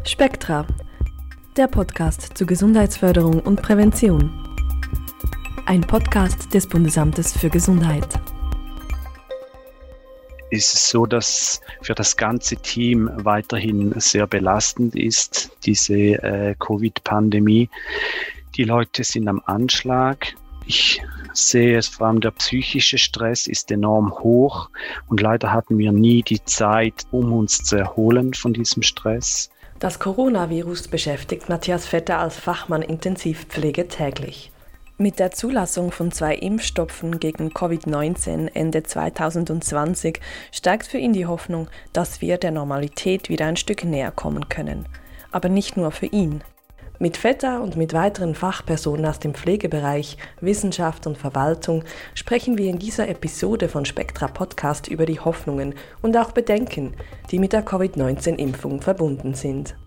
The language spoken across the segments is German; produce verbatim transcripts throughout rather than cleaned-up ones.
Spektra, der Podcast zur Gesundheitsförderung und Prävention. Ein Podcast des Bundesamtes für Gesundheit. Ist es so, dass für das ganze Team weiterhin sehr belastend ist, diese äh, Covid-Pandemie. Die Leute sind am Anschlag. Ich sehe es, vor allem der psychische Stress ist enorm hoch und leider hatten wir nie die Zeit, um uns zu erholen von diesem Stress. Das Coronavirus beschäftigt Matthias Vetter als Fachmann Intensivpflege täglich. Mit der Zulassung von zwei Impfstoffen gegen Covid neunzehn Ende zweitausendzwanzig steigt für ihn die Hoffnung, dass wir der Normalität wieder ein Stück näher kommen können. Aber nicht nur für ihn. Mit Vetter und mit weiteren Fachpersonen aus dem Pflegebereich, Wissenschaft und Verwaltung sprechen wir in dieser Episode von Spektra Podcast über die Hoffnungen und auch Bedenken, die mit der Covid neunzehn Impfung verbunden sind.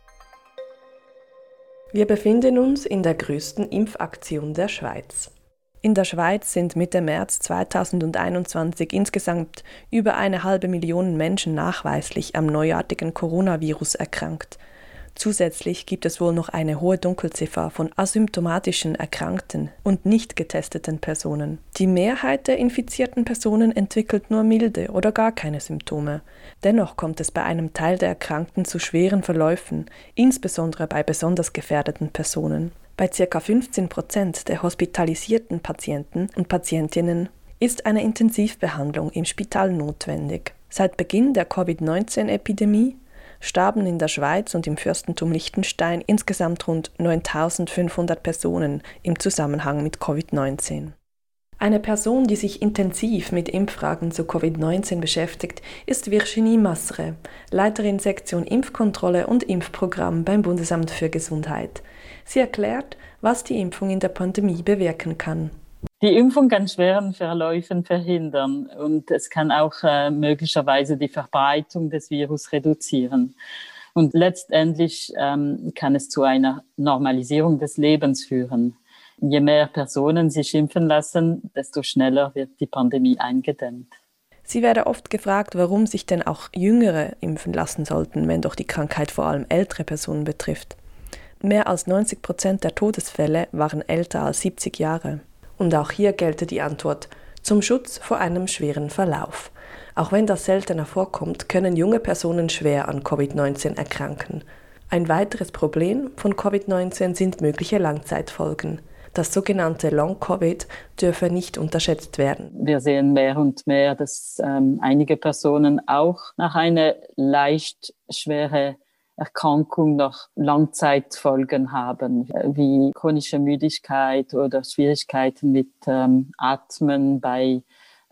Wir befinden uns in der größten Impfaktion der Schweiz. In der Schweiz sind Mitte März zweitausendeinundzwanzig insgesamt über eine halbe Million Menschen nachweislich am neuartigen Coronavirus erkrankt. Zusätzlich gibt es wohl noch eine hohe Dunkelziffer von asymptomatischen erkrankten und nicht getesteten Personen. Die Mehrheit der infizierten Personen entwickelt nur milde oder gar keine Symptome. Dennoch kommt es bei einem Teil der Erkrankten zu schweren Verläufen, insbesondere bei besonders gefährdeten Personen. Bei ca. fünfzehn Prozent der hospitalisierten Patienten und Patientinnen ist eine Intensivbehandlung im Spital notwendig. Seit Beginn der Covid neunzehn Epidemie starben in der Schweiz und im Fürstentum Liechtenstein insgesamt rund neuntausendfünfhundert Personen im Zusammenhang mit Covid neunzehn. Eine Person, die sich intensiv mit Impffragen zu Covid neunzehn beschäftigt, ist Virginie Massre, Leiterin Sektion Impfkontrolle und Impfprogramm beim Bundesamt für Gesundheit. Sie erklärt, was die Impfung in der Pandemie bewirken kann. Die Impfung kann schweren Verläufen verhindern und es kann auch äh, möglicherweise die Verbreitung des Virus reduzieren. Und letztendlich ähm, kann es zu einer Normalisierung des Lebens führen. Je mehr Personen sich impfen lassen, desto schneller wird die Pandemie eingedämmt. Sie werde oft gefragt, warum sich denn auch Jüngere impfen lassen sollten, wenn doch die Krankheit vor allem ältere Personen betrifft. Mehr als neunzig Prozent der Todesfälle waren älter als siebzig Jahre. Und auch hier gelte die Antwort: zum Schutz vor einem schweren Verlauf. Auch wenn das seltener vorkommt, können junge Personen schwer an Covid neunzehn erkranken. Ein weiteres Problem von Covid neunzehn sind mögliche Langzeitfolgen. Das sogenannte Long-Covid dürfe nicht unterschätzt werden. Wir sehen mehr und mehr, dass ähm, einige Personen auch nach einer leicht schweren Erkrankung noch Langzeitfolgen haben, wie chronische Müdigkeit oder Schwierigkeiten mit ähm, Atmen bei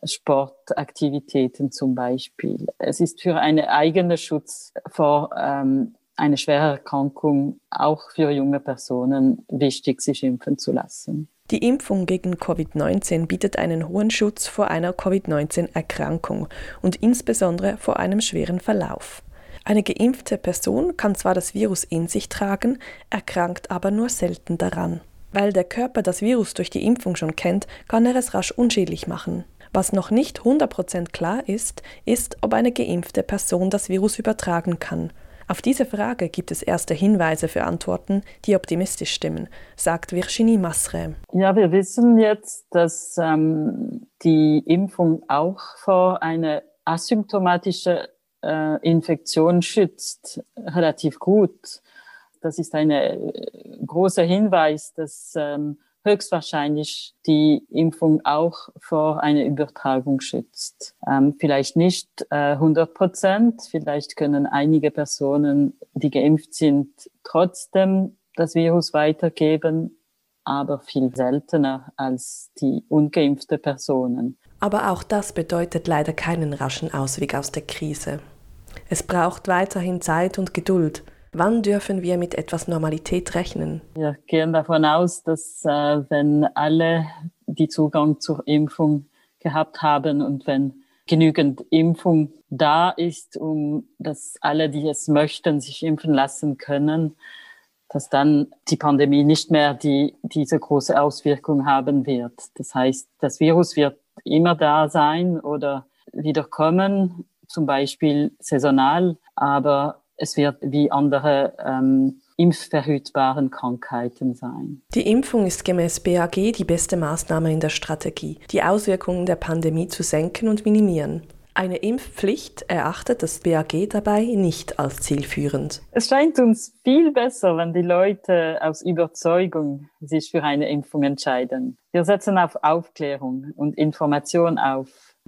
Sportaktivitäten zum Beispiel. Es ist für einen eigenen Schutz vor ähm, einer schweren Erkrankung auch für junge Personen wichtig, sich impfen zu lassen. Die Impfung gegen Covid neunzehn bietet einen hohen Schutz vor einer Covid neunzehn Erkrankung und insbesondere vor einem schweren Verlauf. Eine geimpfte Person kann zwar das Virus in sich tragen, erkrankt aber nur selten daran. Weil der Körper das Virus durch die Impfung schon kennt, kann er es rasch unschädlich machen. Was noch nicht hundert Prozent klar ist, ist, ob eine geimpfte Person das Virus übertragen kann. Auf diese Frage gibt es erste Hinweise für Antworten, die optimistisch stimmen, sagt Virginie Massre. Ja, wir wissen jetzt, dass ähm, die Impfung auch vor einer asymptomatischen äh, Infektion schützt, relativ gut. Das ist ein äh, großer Hinweis, dass ähm, höchstwahrscheinlich die Impfung auch vor einer Übertragung schützt. Ähm, vielleicht nicht äh, hundert Prozent, vielleicht können einige Personen, die geimpft sind, trotzdem das Virus weitergeben, aber viel seltener als die ungeimpfte Personen. Aber auch das bedeutet leider keinen raschen Ausweg aus der Krise. Es braucht weiterhin Zeit und Geduld. Wann dürfen wir mit etwas Normalität rechnen? Wir gehen davon aus, dass äh, wenn alle die Zugang zur Impfung gehabt haben und wenn genügend Impfung da ist, um dass alle, die es möchten, sich impfen lassen können, dass dann die Pandemie nicht mehr die, diese große Auswirkung haben wird. Das heißt, das Virus wird immer da sein oder wieder kommen, zum Beispiel saisonal, aber es wird wie andere ähm, impfverhütbaren Krankheiten sein. Die Impfung ist gemäß B A G die beste Maßnahme in der Strategie, die Auswirkungen der Pandemie zu senken und minimieren. Eine Impfpflicht erachtet das B A G dabei nicht als zielführend. Es scheint uns viel besser, wenn die Leute aus Überzeugung sich für eine Impfung entscheiden. Wir setzen auf Aufklärung und Information auf.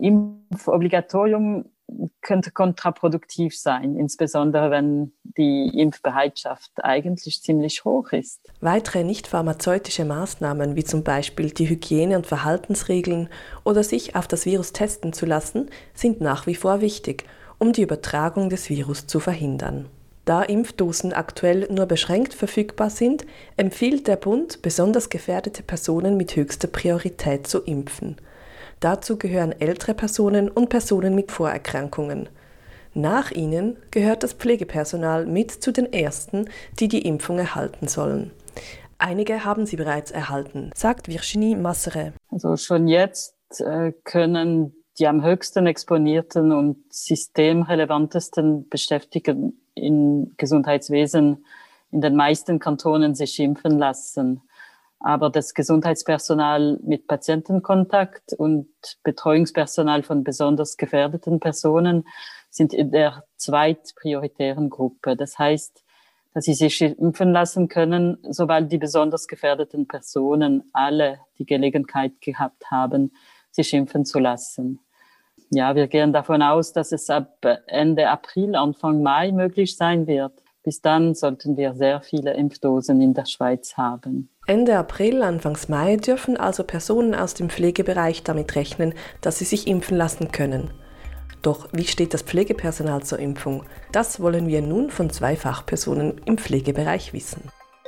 Impfobligatorium könnte kontraproduktiv sein, insbesondere wenn die Impfbereitschaft eigentlich ziemlich hoch ist. Weitere nicht pharmazeutische Maßnahmen, wie zum Beispiel die Hygiene- und Verhaltensregeln oder sich auf das Virus testen zu lassen, sind nach wie vor wichtig, um die Übertragung des Virus zu verhindern. Da Impfdosen aktuell nur beschränkt verfügbar sind, empfiehlt der Bund, besonders gefährdete Personen mit höchster Priorität zu impfen. Dazu gehören ältere Personen und Personen mit Vorerkrankungen. Nach ihnen gehört das Pflegepersonal mit zu den Ersten, die die Impfung erhalten sollen. Einige haben sie bereits erhalten, sagt Virginie Masseret. Also schon jetzt äh, können die am höchsten exponierten und systemrelevantesten Beschäftigten im Gesundheitswesen in den meisten Kantonen sich impfen lassen. Aber das Gesundheitspersonal mit Patientenkontakt und Betreuungspersonal von besonders gefährdeten Personen sind in der zweitprioritären Gruppe. Das heißt, dass sie sich impfen lassen können, sobald die besonders gefährdeten Personen alle die Gelegenheit gehabt haben, sich impfen zu lassen. Ja, wir gehen davon aus, dass es ab Ende April, Anfang Mai möglich sein wird. Bis dann sollten wir sehr viele Impfdosen in der Schweiz haben. Ende April, Anfangs Mai dürfen also Personen aus dem Pflegebereich damit rechnen, dass sie sich impfen lassen können. Doch wie steht das Pflegepersonal zur Impfung? Das wollen wir nun von zwei Fachpersonen im Pflegebereich wissen.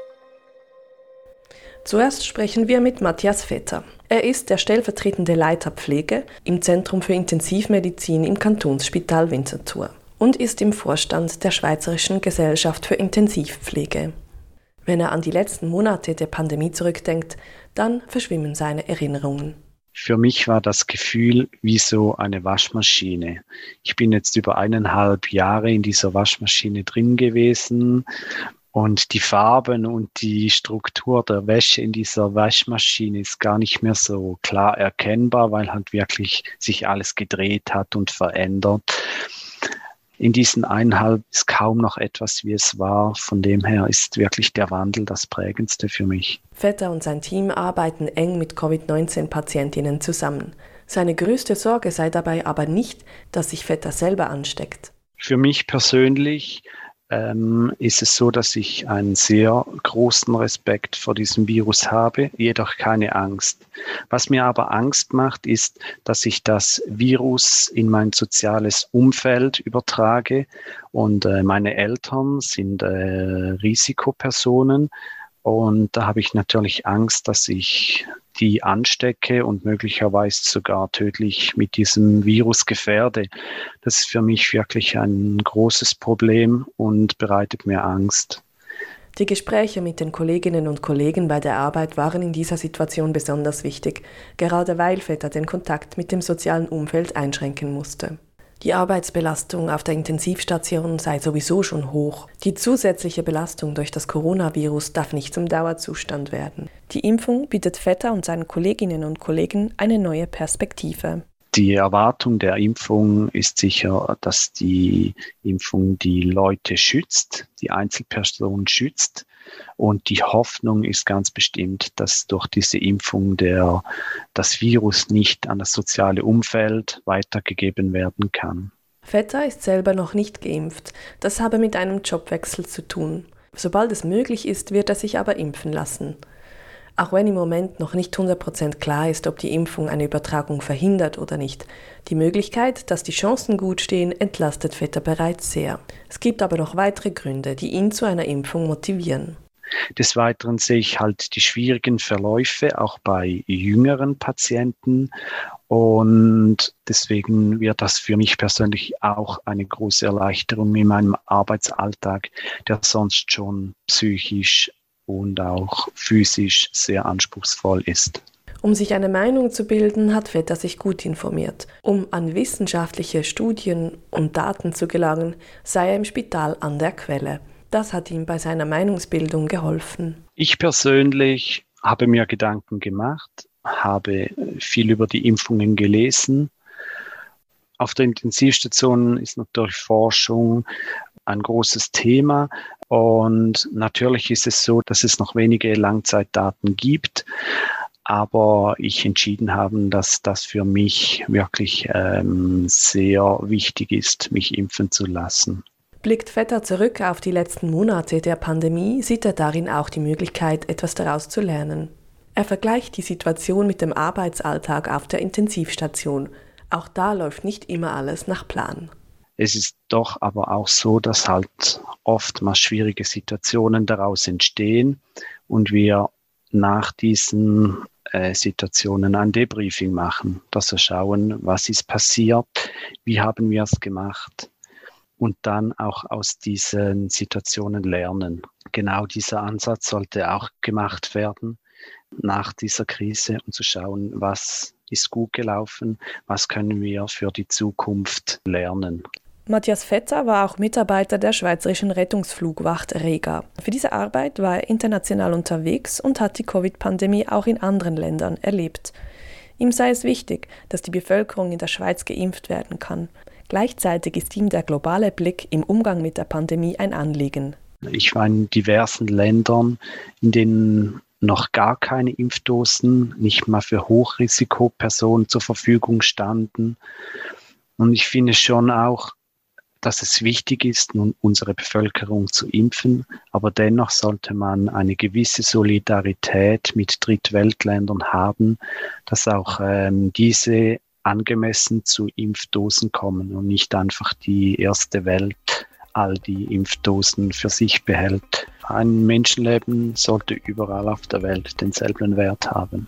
Zuerst sprechen wir mit Matthias Vetter. Er ist der stellvertretende Leiter Pflege im Zentrum für Intensivmedizin im Kantonsspital Winterthur und ist im Vorstand der Schweizerischen Gesellschaft für Intensivpflege. Wenn er an die letzten Monate der Pandemie zurückdenkt, dann verschwimmen seine Erinnerungen. Für mich war das Gefühl wie so eine Waschmaschine. Ich bin jetzt über eineinhalb Jahre in dieser Waschmaschine drin gewesen und die Farben und die Struktur der Wäsche in dieser Waschmaschine ist gar nicht mehr so klar erkennbar, weil halt wirklich sich alles gedreht hat und verändert. In diesen eineinhalb ist kaum noch etwas, wie es war. Von dem her ist wirklich der Wandel das Prägendste für mich. Vetter und sein Team arbeiten eng mit Covid neunzehn Patientinnen zusammen. Seine größte Sorge sei dabei aber nicht, dass sich Vetter selber ansteckt. Für mich persönlich ähm, ist es so, dass ich einen sehr großen Respekt vor diesem Virus habe, jedoch keine Angst. Was mir aber Angst macht, ist, dass ich das Virus in mein soziales Umfeld übertrage und äh, meine Eltern sind äh, Risikopersonen und da habe ich natürlich Angst, dass ich die anstecke und möglicherweise sogar tödlich mit diesem Virus gefährde. Das ist für mich wirklich ein großes Problem und bereitet mir Angst. Die Gespräche mit den Kolleginnen und Kollegen bei der Arbeit waren in dieser Situation besonders wichtig, gerade weil Vetter den Kontakt mit dem sozialen Umfeld einschränken musste. Die Arbeitsbelastung auf der Intensivstation sei sowieso schon hoch. Die zusätzliche Belastung durch das Coronavirus darf nicht zum Dauerzustand werden. Die Impfung bietet Vetter und seinen Kolleginnen und Kollegen eine neue Perspektive. Die Erwartung der Impfung ist sicher, dass die Impfung die Leute schützt, die Einzelpersonen schützt. Und die Hoffnung ist ganz bestimmt, dass durch diese Impfung der, das Virus nicht an das soziale Umfeld weitergegeben werden kann. Vetter ist selber noch nicht geimpft. Das habe mit einem Jobwechsel zu tun. Sobald es möglich ist, wird er sich aber impfen lassen. Auch wenn im Moment noch nicht hundert Prozent klar ist, ob die Impfung eine Übertragung verhindert oder nicht. Die Möglichkeit, dass die Chancen gut stehen, entlastet Vetter bereits sehr. Es gibt aber noch weitere Gründe, die ihn zu einer Impfung motivieren. Des Weiteren sehe ich halt die schwierigen Verläufe auch bei jüngeren Patienten und deswegen wird das für mich persönlich auch eine große Erleichterung in meinem Arbeitsalltag, der sonst schon psychisch und auch physisch sehr anspruchsvoll ist. Um sich eine Meinung zu bilden, hat Vetter sich gut informiert. Um an wissenschaftliche Studien und Daten zu gelangen, sei er im Spital an der Quelle. Das hat ihm bei seiner Meinungsbildung geholfen. Ich persönlich habe mir Gedanken gemacht, habe viel über die Impfungen gelesen. Auf der Intensivstation ist natürlich Forschung ein großes Thema. Und natürlich ist es so, dass es noch wenige Langzeitdaten gibt. Aber ich entschieden habe, dass das für mich wirklich ähm, sehr wichtig ist, mich impfen zu lassen. Blickt Vetter zurück auf die letzten Monate der Pandemie, sieht er darin auch die Möglichkeit, etwas daraus zu lernen. Er vergleicht die Situation mit dem Arbeitsalltag auf der Intensivstation. Auch da läuft nicht immer alles nach Plan. Es ist doch aber auch so, dass halt oftmals schwierige Situationen daraus entstehen und wir nach diesen äh, Situationen ein Debriefing machen, dass wir schauen, was ist passiert, wie haben wir es gemacht und dann auch aus diesen Situationen lernen. Genau dieser Ansatz sollte auch gemacht werden nach dieser Krise, um zu schauen, was ist gut gelaufen, was können wir für die Zukunft lernen. Matthias Vetter war auch Mitarbeiter der Schweizerischen Rettungsflugwacht Rega. Für diese Arbeit war er international unterwegs und hat die Covid-Pandemie auch in anderen Ländern erlebt. Ihm sei es wichtig, dass die Bevölkerung in der Schweiz geimpft werden kann. Gleichzeitig ist ihm der globale Blick im Umgang mit der Pandemie ein Anliegen. Ich war in diversen Ländern, in denen noch gar keine Impfdosen, nicht mal für Hochrisikopersonen zur Verfügung standen. Und ich finde schon auch, dass es wichtig ist, nun unsere Bevölkerung zu impfen, aber dennoch sollte man eine gewisse Solidarität mit Drittweltländern haben, dass auch ähm, diese angemessen zu Impfdosen kommen und nicht einfach die erste Welt all die Impfdosen für sich behält. Ein Menschenleben sollte überall auf der Welt denselben Wert haben.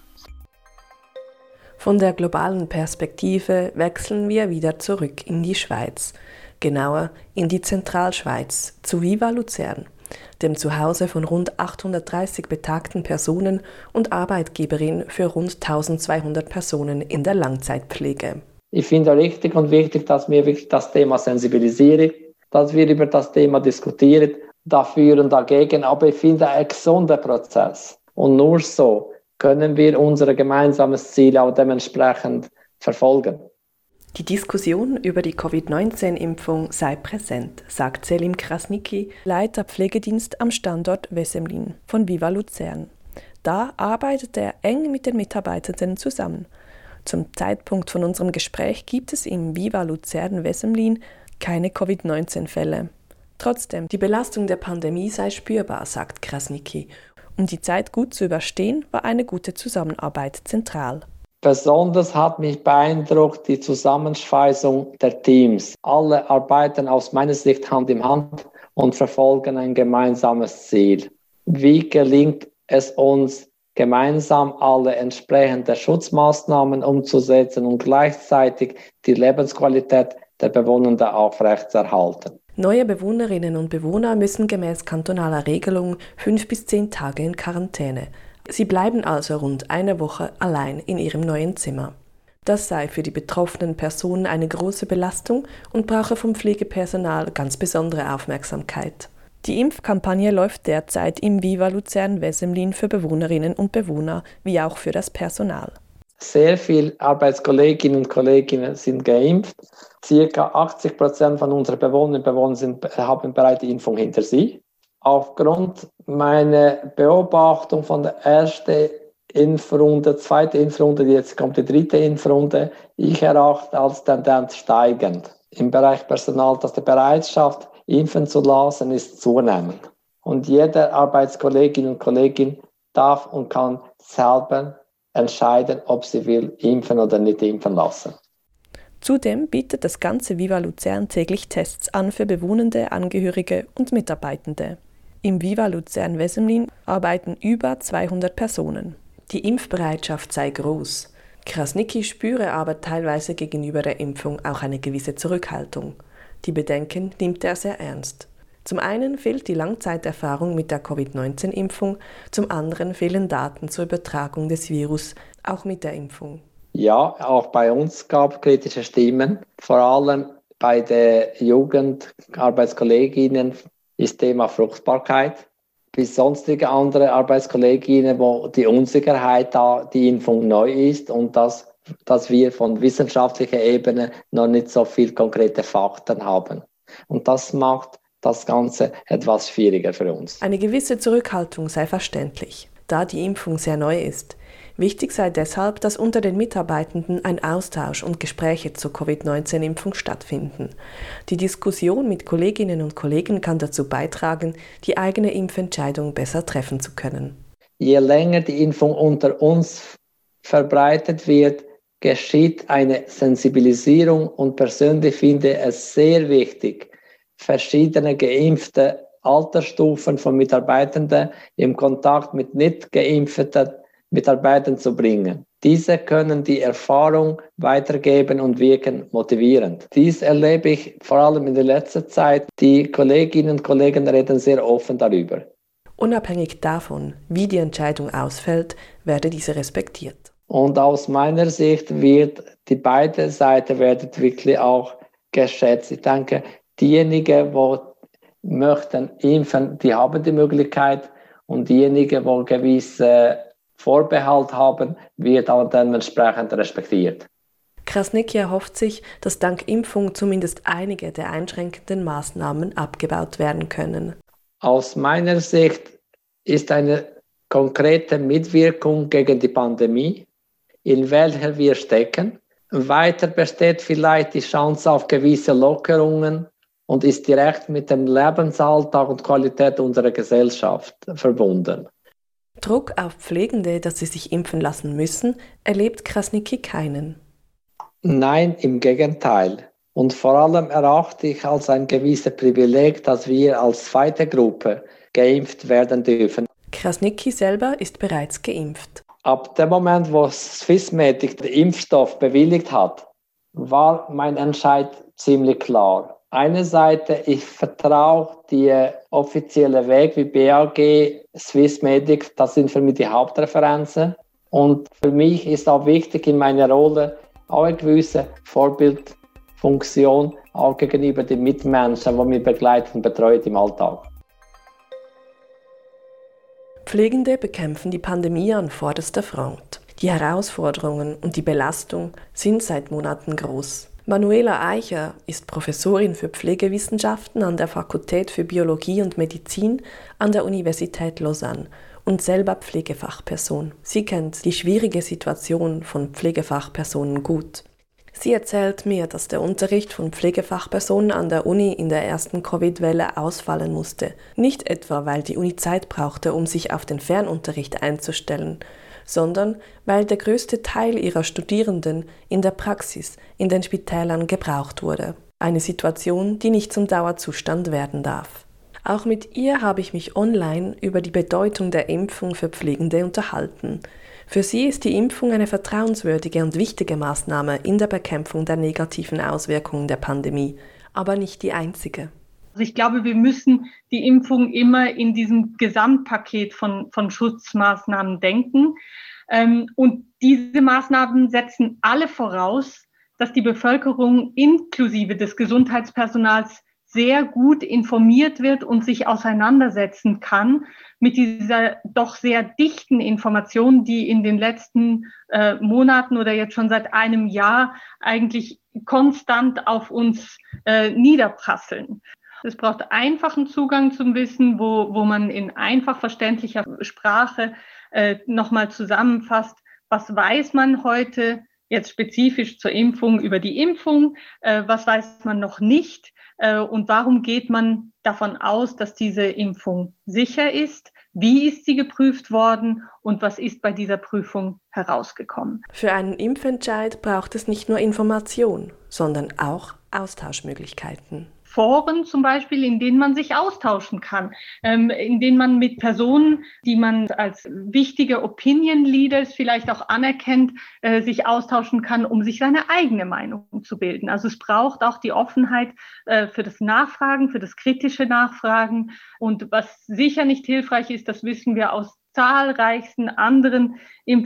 Von der globalen Perspektive wechseln wir wieder zurück in die Schweiz, genauer in die Zentralschweiz, zu Viva Luzern, dem Zuhause von rund achthundertdreißig betagten Personen und Arbeitgeberin für rund eintausendzweihundert Personen in der Langzeitpflege. Ich finde richtig und wichtig, dass wir wirklich das Thema sensibilisieren, dass wir über das Thema diskutieren, dafür und dagegen, aber ich finde ein gesunder Prozess. Und nur so können wir unser gemeinsames Ziel auch dementsprechend verfolgen. Die Diskussion über die Covid neunzehn Impfung sei präsent, sagt Selim Krasniqi, Leiter Pflegedienst am Standort Wessemlin von Viva Luzern. Da arbeitet er eng mit den Mitarbeitenden zusammen. Zum Zeitpunkt von unserem Gespräch gibt es im Viva Luzern Wessemlin keine Covid neunzehn Fälle. Trotzdem, die Belastung der Pandemie sei spürbar, sagt Krasniqi. Um die Zeit gut zu überstehen, war eine gute Zusammenarbeit zentral. Besonders hat mich beeindruckt die Zusammenschweißung der Teams. Alle arbeiten aus meiner Sicht Hand in Hand und verfolgen ein gemeinsames Ziel. Wie gelingt es uns, gemeinsam alle entsprechenden Schutzmaßnahmen umzusetzen und gleichzeitig die Lebensqualität der Bewohner aufrechtzuerhalten? Neue Bewohnerinnen und Bewohner müssen gemäß kantonaler Regelung fünf bis zehn Tage in Quarantäne. Sie bleiben also rund eine Woche allein in ihrem neuen Zimmer. Das sei für die betroffenen Personen eine große Belastung und brauche vom Pflegepersonal ganz besondere Aufmerksamkeit. Die Impfkampagne läuft derzeit im Viva Luzern Wessemlin für Bewohnerinnen und Bewohner wie auch für das Personal. Sehr viele Arbeitskolleginnen und Kollegen sind geimpft. Circa achtzig Prozent von unseren Bewohnerinnen und Bewohnern sind, haben bereits die Impfung hinter sich. Aufgrund meiner Beobachtung von der ersten Impfrunde, zweite Impfrunde, jetzt kommt die dritte Impfrunde, ich erachte als Tendenz steigend. Im Bereich Personal, dass die Bereitschaft, impfen zu lassen, ist zunehmend. Und jede Arbeitskollegin und Kollegin darf und kann selber entscheiden, ob sie will impfen oder nicht impfen lassen. Zudem bietet das ganze Viva Luzern täglich Tests an für Bewohnende, Angehörige und Mitarbeitende. Im Viva Luzern Wessemlin arbeiten über zweihundert Personen. Die Impfbereitschaft sei groß. Krasniqi spüre aber teilweise gegenüber der Impfung auch eine gewisse Zurückhaltung. Die Bedenken nimmt er sehr ernst. Zum einen fehlt die Langzeiterfahrung mit der Covid neunzehn Impfung, zum anderen fehlen Daten zur Übertragung des Virus, auch mit der Impfung. Ja, auch bei uns gab es kritische Stimmen. Vor allem bei den Jugendarbeitskolleginnen ist Thema Fruchtbarkeit. Bis sonstige andere Arbeitskolleginnen, wo die Unsicherheit da die Impfung neu ist und dass, dass wir von wissenschaftlicher Ebene noch nicht so viel konkrete Fakten haben. Und das macht das Ganze etwas schwieriger für uns. Eine gewisse Zurückhaltung sei verständlich, da die Impfung sehr neu ist. Wichtig sei deshalb, dass unter den Mitarbeitenden ein Austausch und Gespräche zur Covid neunzehn Impfung stattfinden. Die Diskussion mit Kolleginnen und Kollegen kann dazu beitragen, die eigene Impfentscheidung besser treffen zu können. Je länger die Impfung unter uns verbreitet wird, geschieht eine Sensibilisierung und persönlich finde ich es sehr wichtig, verschiedene geimpfte Altersstufen von Mitarbeitenden im Kontakt mit nicht geimpften Mitarbeitern zu bringen. Diese können die Erfahrung weitergeben und wirken motivierend. Dies erlebe ich vor allem in der letzten Zeit. Die Kolleginnen und Kollegen reden sehr offen darüber. Unabhängig davon, wie die Entscheidung ausfällt, werde diese respektiert. Und aus meiner Sicht wird die beide Seiten werden wirklich auch geschätzt. Ich denke, diejenigen, die möchten impfen, die haben die Möglichkeit und diejenigen, die gewisse Vorbehalt haben, wird auch dementsprechend respektiert. Krasniqi erhofft sich, dass dank Impfung zumindest einige der einschränkenden Maßnahmen abgebaut werden können. Aus meiner Sicht ist eine konkrete Mitwirkung gegen die Pandemie, in welcher wir stecken. Weiter besteht vielleicht die Chance auf gewisse Lockerungen und ist direkt mit dem Lebensalltag und Qualität unserer Gesellschaft verbunden. Druck auf Pflegende, dass sie sich impfen lassen müssen, erlebt Krasniqi keinen. Nein, im Gegenteil. Und vor allem erachte ich als ein gewisses Privileg, dass wir als zweite Gruppe geimpft werden dürfen. Krasniqi selber ist bereits geimpft. Ab dem Moment, wo Swissmedic den Impfstoff bewilligt hat, war mein Entscheid ziemlich klar. Eine Seite, ich vertraue die offiziellen Weg wie B A G, Swissmedic, das sind für mich die Hauptreferenzen. Und für mich ist auch wichtig in meiner Rolle auch eine gewisse Vorbildfunktion auch gegenüber den Mitmenschen, die mich begleiten und betreuen im Alltag. Pflegende bekämpfen die Pandemie an vorderster Front. Die Herausforderungen und die Belastung sind seit Monaten groß. Manuela Eicher ist Professorin für Pflegewissenschaften an der Fakultät für Biologie und Medizin an der Universität Lausanne und selber Pflegefachperson. Sie kennt die schwierige Situation von Pflegefachpersonen gut. Sie erzählt mir, dass der Unterricht von Pflegefachpersonen an der Uni in der ersten Covid-Welle ausfallen musste. Nicht etwa, weil die Uni Zeit brauchte, um sich auf den Fernunterricht einzustellen, sondern weil der größte Teil ihrer Studierenden in der Praxis in den Spitälern gebraucht wurde. Eine Situation, die nicht zum Dauerzustand werden darf. Auch mit ihr habe ich mich online über die Bedeutung der Impfung für Pflegende unterhalten. Für sie ist die Impfung eine vertrauenswürdige und wichtige Maßnahme in der Bekämpfung der negativen Auswirkungen der Pandemie, aber nicht die einzige. Also ich glaube, wir müssen die Impfung immer in diesem Gesamtpaket von, von Schutzmaßnahmen denken. Ähm, und diese Maßnahmen setzen alle voraus, dass die Bevölkerung inklusive des Gesundheitspersonals sehr gut informiert wird und sich auseinandersetzen kann mit dieser doch sehr dichten Information, die in den letzten äh, Monaten oder jetzt schon seit einem Jahr eigentlich konstant auf uns äh, niederprasseln. Es braucht einfachen Zugang zum Wissen, wo, wo man in einfach verständlicher Sprache äh, nochmal zusammenfasst, was weiß man heute jetzt spezifisch zur Impfung über die Impfung, äh, was weiß man noch nicht äh, und warum geht man davon aus, dass diese Impfung sicher ist, wie ist sie geprüft worden und was ist bei dieser Prüfung herausgekommen. Für einen Impfentscheid braucht es nicht nur Information, sondern auch Austauschmöglichkeiten. Foren zum Beispiel, in denen man sich austauschen kann, ähm, in denen man mit Personen, die man als wichtige Opinion Leaders vielleicht auch anerkennt, äh, sich austauschen kann, um sich seine eigene Meinung zu bilden. Also es braucht auch die Offenheit äh, für das Nachfragen, für das kritische Nachfragen. Und was sicher nicht hilfreich ist, das wissen wir aus zahlreichsten anderen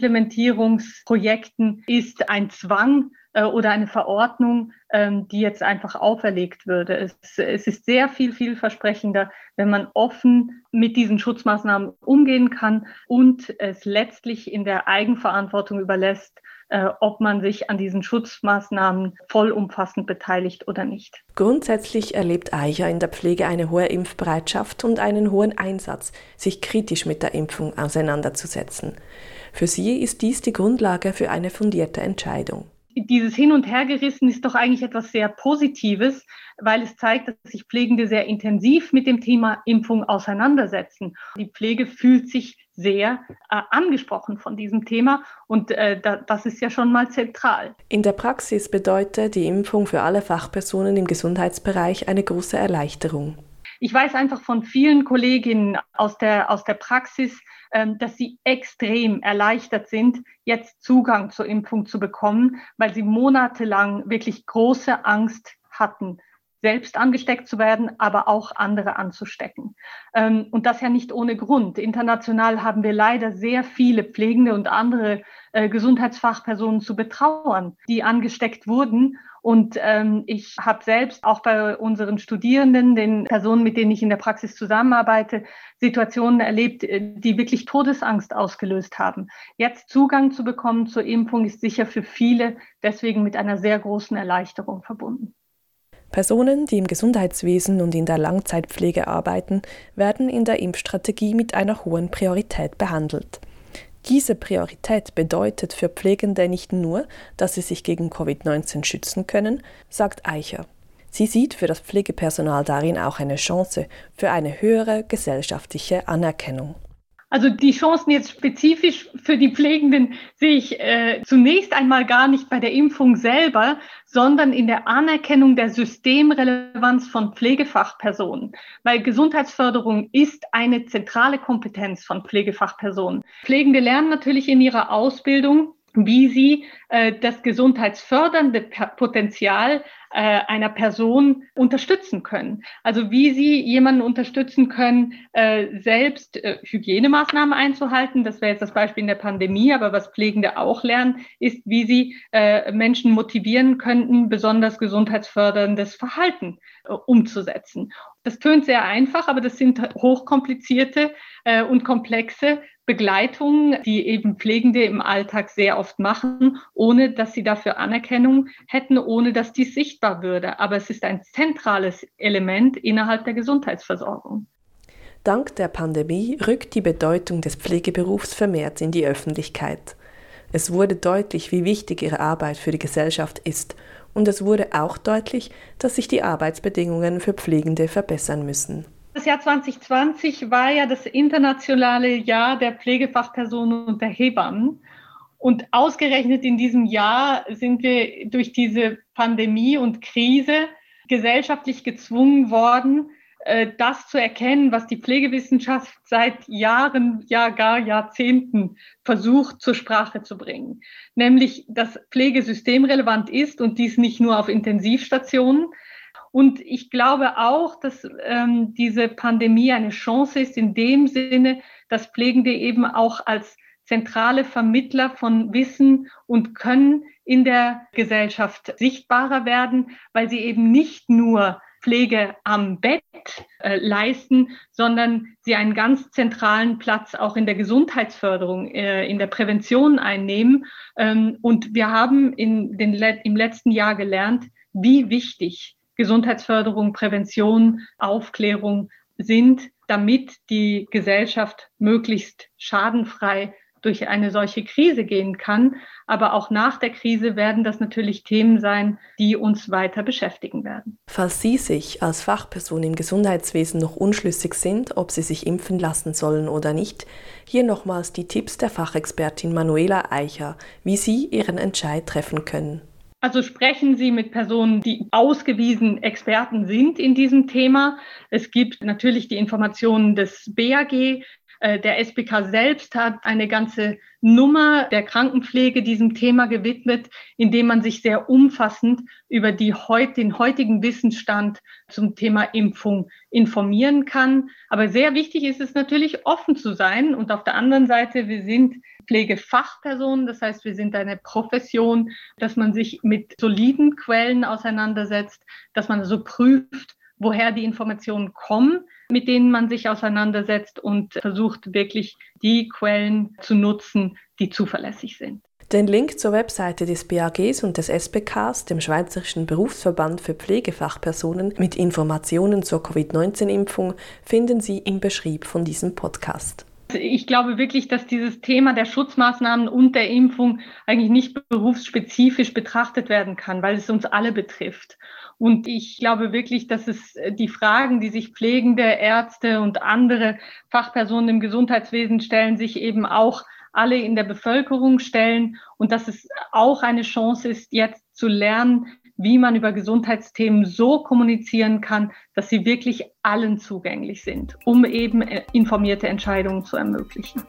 Implementierungsprojekten, ist ein Zwang äh, oder eine Verordnung, ähm, die jetzt einfach auferlegt würde. Es, es ist sehr viel vielversprechender, wenn man offen mit diesen Schutzmaßnahmen umgehen kann und es letztlich in der Eigenverantwortung überlässt, äh, ob man sich an diesen Schutzmaßnahmen vollumfassend beteiligt oder nicht. Grundsätzlich erlebt Eicher in der Pflege eine hohe Impfbereitschaft und einen hohen Einsatz, sich kritisch mit der Impfung auseinanderzusetzen. Für sie ist dies die Grundlage für eine fundierte Entscheidung. Dieses Hin- und Hergerissen ist doch eigentlich etwas sehr Positives, weil es zeigt, dass sich Pflegende sehr intensiv mit dem Thema Impfung auseinandersetzen. Die Pflege fühlt sich sehr äh, angesprochen von diesem Thema und äh, da, das ist ja schon mal zentral. In der Praxis bedeutet die Impfung für alle Fachpersonen im Gesundheitsbereich eine große Erleichterung. Ich weiß einfach von vielen Kolleginnen aus der, aus der Praxis, ähm, dass sie extrem erleichtert sind, jetzt Zugang zur Impfung zu bekommen, weil sie monatelang wirklich große Angst hatten, selbst angesteckt zu werden, aber auch andere anzustecken. Ähm, und das ja nicht ohne Grund. International haben wir leider sehr viele Pflegende und andere äh, Gesundheitsfachpersonen zu betrauern, die angesteckt wurden. Und ähm, ich habe selbst auch bei unseren Studierenden, den Personen, mit denen ich in der Praxis zusammenarbeite, Situationen erlebt, die wirklich Todesangst ausgelöst haben. Jetzt Zugang zu bekommen zur Impfung ist sicher für viele deswegen mit einer sehr großen Erleichterung verbunden. Personen, die im Gesundheitswesen und in der Langzeitpflege arbeiten, werden in der Impfstrategie mit einer hohen Priorität behandelt. Diese Priorität bedeutet für Pflegende nicht nur, dass sie sich gegen Covid neunzehn schützen können, sagt Eicher. Sie sieht für das Pflegepersonal darin auch eine Chance für eine höhere gesellschaftliche Anerkennung. Also die Chancen jetzt spezifisch für die Pflegenden sehe ich äh, zunächst einmal gar nicht bei der Impfung selber, sondern in der Anerkennung der Systemrelevanz von Pflegefachpersonen. Weil Gesundheitsförderung ist eine zentrale Kompetenz von Pflegefachpersonen. Pflegende lernen natürlich in ihrer Ausbildung, wie sie äh, das gesundheitsfördernde Potenzial äh, einer Person unterstützen können. Also wie sie jemanden unterstützen können, äh, selbst äh, Hygienemaßnahmen einzuhalten. Das wäre jetzt das Beispiel in der Pandemie, aber was Pflegende auch lernen, ist, wie sie äh, Menschen motivieren könnten, besonders gesundheitsförderndes Verhalten äh, umzusetzen. Das tönt sehr einfach, aber das sind hochkomplizierte äh, und komplexe Begleitungen, die eben Pflegende im Alltag sehr oft machen, ohne dass sie dafür Anerkennung hätten, ohne dass dies sichtbar würde. Aber es ist ein zentrales Element innerhalb der Gesundheitsversorgung. Dank der Pandemie rückt die Bedeutung des Pflegeberufs vermehrt in die Öffentlichkeit. Es wurde deutlich, wie wichtig ihre Arbeit für die Gesellschaft ist. Und es wurde auch deutlich, dass sich die Arbeitsbedingungen für Pflegende verbessern müssen. Das Jahr zwanzig zwanzig war ja das internationale Jahr der Pflegefachpersonen und der Hebammen. Und ausgerechnet in diesem Jahr sind wir durch diese Pandemie und Krise gesellschaftlich gezwungen worden, das zu erkennen, was die Pflegewissenschaft seit Jahren, ja gar Jahrzehnten versucht zur Sprache zu bringen. Nämlich, dass Pflege systemrelevant ist und dies nicht nur auf Intensivstationen. Und ich glaube auch, dass ähm, diese Pandemie eine Chance ist in dem Sinne, dass Pflegende eben auch als zentrale Vermittler von Wissen und Können in der Gesellschaft sichtbarer werden, weil sie eben nicht nur Pflege am Bett äh, leisten, sondern sie einen ganz zentralen Platz auch in der Gesundheitsförderung, äh, in der Prävention einnehmen. Ähm, und wir haben in den, im letzten Jahr gelernt, wie wichtig Gesundheitsförderung, Prävention, Aufklärung sind, damit die Gesellschaft möglichst schadenfrei durch eine solche Krise gehen kann. Aber auch nach der Krise werden das natürlich Themen sein, die uns weiter beschäftigen werden. Falls Sie sich als Fachperson im Gesundheitswesen noch unschlüssig sind, ob Sie sich impfen lassen sollen oder nicht, hier nochmals die Tipps der Fachexpertin Manuela Eicher, wie Sie Ihren Entscheid treffen können. Also sprechen Sie mit Personen, die ausgewiesen Experten sind in diesem Thema. Es gibt natürlich die Informationen des B A G. Der S B K selbst hat eine ganze Nummer der Krankenpflege diesem Thema gewidmet, indem man sich sehr umfassend über die heut, den heutigen Wissensstand zum Thema Impfung informieren kann. Aber sehr wichtig ist es natürlich, offen zu sein. Und auf der anderen Seite, wir sind Pflegefachpersonen, das heißt, wir sind eine Profession, dass man sich mit soliden Quellen auseinandersetzt, dass man also prüft, woher die Informationen kommen, mit denen man sich auseinandersetzt und versucht wirklich die Quellen zu nutzen, die zuverlässig sind. Den Link zur Webseite des B A Gs und des S B Ks, dem Schweizerischen Berufsverband für Pflegefachpersonen, mit Informationen zur Covid neunzehn Impfung finden Sie im Beschrieb von diesem Podcast. Ich glaube wirklich, dass dieses Thema der Schutzmaßnahmen und der Impfung eigentlich nicht berufsspezifisch betrachtet werden kann, weil es uns alle betrifft. Und ich glaube wirklich, dass es die Fragen, die sich pflegende Ärzte und andere Fachpersonen im Gesundheitswesen stellen, sich eben auch alle in der Bevölkerung stellen und dass es auch eine Chance ist, jetzt zu lernen, wie man über Gesundheitsthemen so kommunizieren kann, dass sie wirklich allen zugänglich sind, um eben informierte Entscheidungen zu ermöglichen.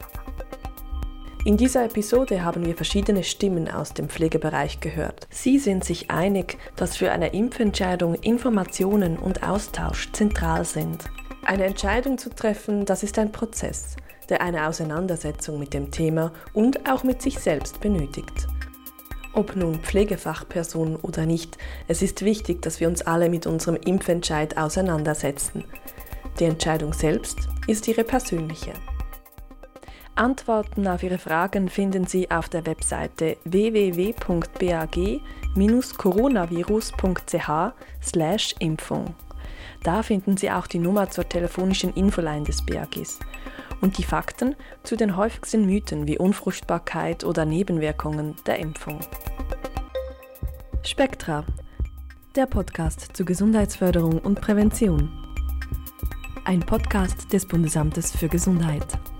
In dieser Episode haben wir verschiedene Stimmen aus dem Pflegebereich gehört. Sie sind sich einig, dass für eine Impfentscheidung Informationen und Austausch zentral sind. Eine Entscheidung zu treffen, das ist ein Prozess, der eine Auseinandersetzung mit dem Thema und auch mit sich selbst benötigt. Ob nun Pflegefachperson oder nicht, es ist wichtig, dass wir uns alle mit unserem Impfentscheid auseinandersetzen. Die Entscheidung selbst ist Ihre persönliche. Antworten auf Ihre Fragen finden Sie auf der Webseite w w w punkt b a g bindestrich coronavirus punkt c h slash Impfung. Da finden Sie auch die Nummer zur telefonischen Infoline des B A Gs und die Fakten zu den häufigsten Mythen wie Unfruchtbarkeit oder Nebenwirkungen der Impfung. Spektra, der Podcast zur Gesundheitsförderung und Prävention. Ein Podcast des Bundesamtes für Gesundheit.